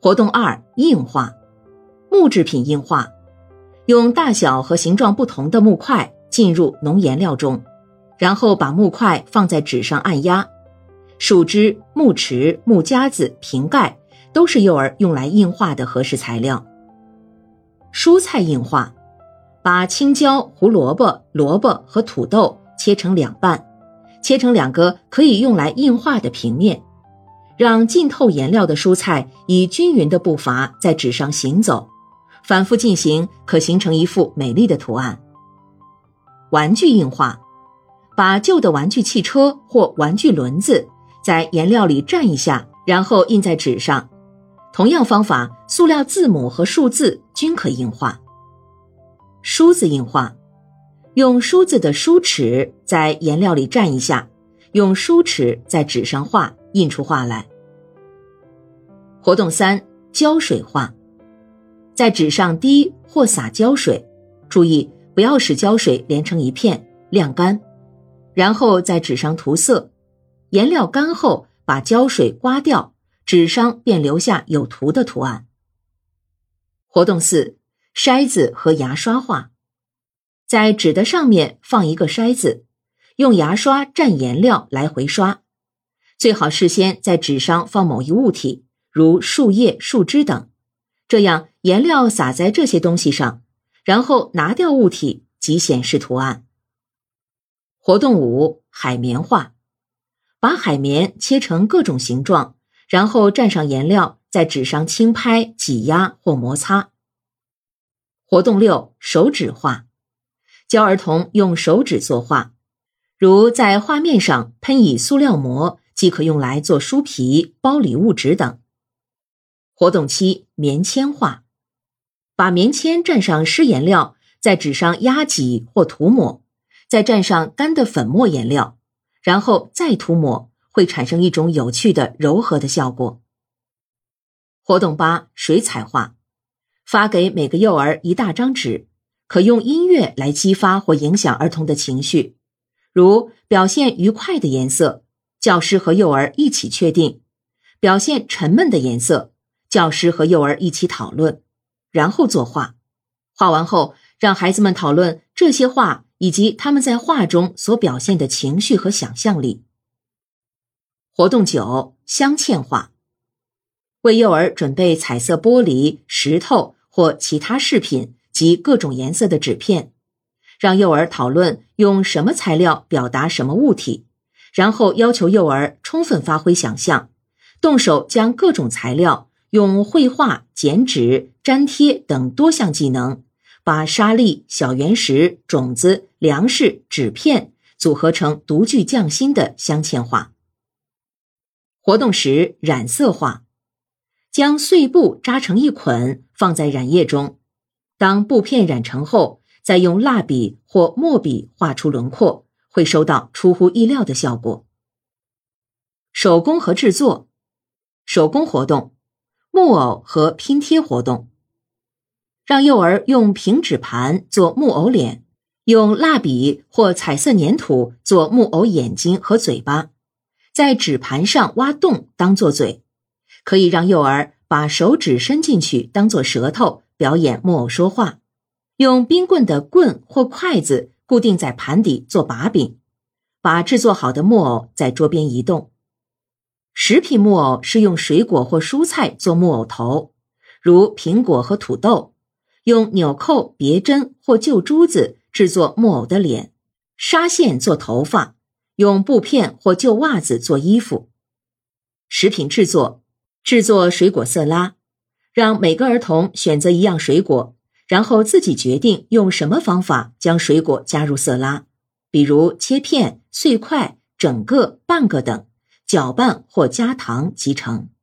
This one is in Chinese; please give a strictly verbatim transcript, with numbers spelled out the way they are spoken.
活动二，硬化。木制品硬化，用大小和形状不同的木块进入浓颜料中，然后把木块放在纸上按压。树枝、木匙、木夹子、瓶盖都是幼儿用来硬化的合适材料。蔬菜硬化，把青椒、胡萝卜、萝卜和土豆切成两半，切成两个可以用来硬化的平面，让浸透颜料的蔬菜以均匀的步伐在纸上行走，反复进行可形成一幅美丽的图案。玩具硬化，把旧的玩具汽车或玩具轮子在颜料里蘸一下，然后印在纸上。同样方法，塑料字母和数字均可硬化。梳子硬化，用梳子的梳齿在颜料里蘸一下，用梳齿在纸上画，印出画来。活动三，胶水画，在纸上滴或洒胶水，注意不要使胶水连成一片，晾干，然后在纸上涂色，颜料干后把胶水刮掉，纸上便留下有图的图案。活动四，筛子和牙刷画，在纸的上面放一个筛子，用牙刷蘸颜料来回刷，最好事先在纸上放某一物体，如树叶、树枝等，这样颜料洒在这些东西上，然后拿掉物体即显示图案。活动五，海绵画，把海绵切成各种形状，然后蘸上颜料，在纸上轻拍、挤压或摩擦。活动六，手指画，教儿童用手指作画，如在画面上喷以塑料膜，即可用来做书皮、包礼物纸等。活动七，棉签画，把棉签蘸上湿颜料，在纸上压挤或涂抹，再蘸上干的粉末颜料，然后再涂抹，会产生一种有趣的柔和的效果。活动八，水彩画，发给每个幼儿一大张纸，可用音乐来激发或影响儿童的情绪，如表现愉快的颜色，教师和幼儿一起确定；表现沉闷的颜色，教师和幼儿一起讨论，然后作画。画完后，让孩子们讨论这些画以及他们在画中所表现的情绪和想象力。活动九，镶嵌画，为幼儿准备彩色玻璃、石头或其他饰品及各种颜色的纸片，让幼儿讨论用什么材料表达什么物体，然后要求幼儿充分发挥想象，动手将各种材料用绘画、剪纸、粘贴等多项技能，把沙粒、小原石、种子、粮食、纸片组合成独具匠心的镶嵌画。活动十，染色画，将碎布扎成一捆，放在染液中，当布片染成后，再用蜡笔或墨笔画出轮廓，会收到出乎意料的效果。手工和制作，手工活动，木偶和拼贴活动，让幼儿用平纸盘做木偶脸，用蜡笔或彩色粘土做木偶眼睛和嘴巴，在纸盘上挖洞当作嘴，可以让幼儿把手指伸进去当作舌头，表演木偶说话，用冰棍的棍或筷子固定在盘底做把柄，把制作好的木偶在桌边移动。食品木偶是用水果或蔬菜做木偶头，如苹果和土豆，用纽扣、别针或旧珠子制作木偶的脸，纱线做头发，用布片或旧袜子做衣服。食品制作，制作水果色拉，让每个儿童选择一样水果，然后自己决定用什么方法将水果加入色拉，比如切片、碎块、整个、半个等，搅拌或加糖即成。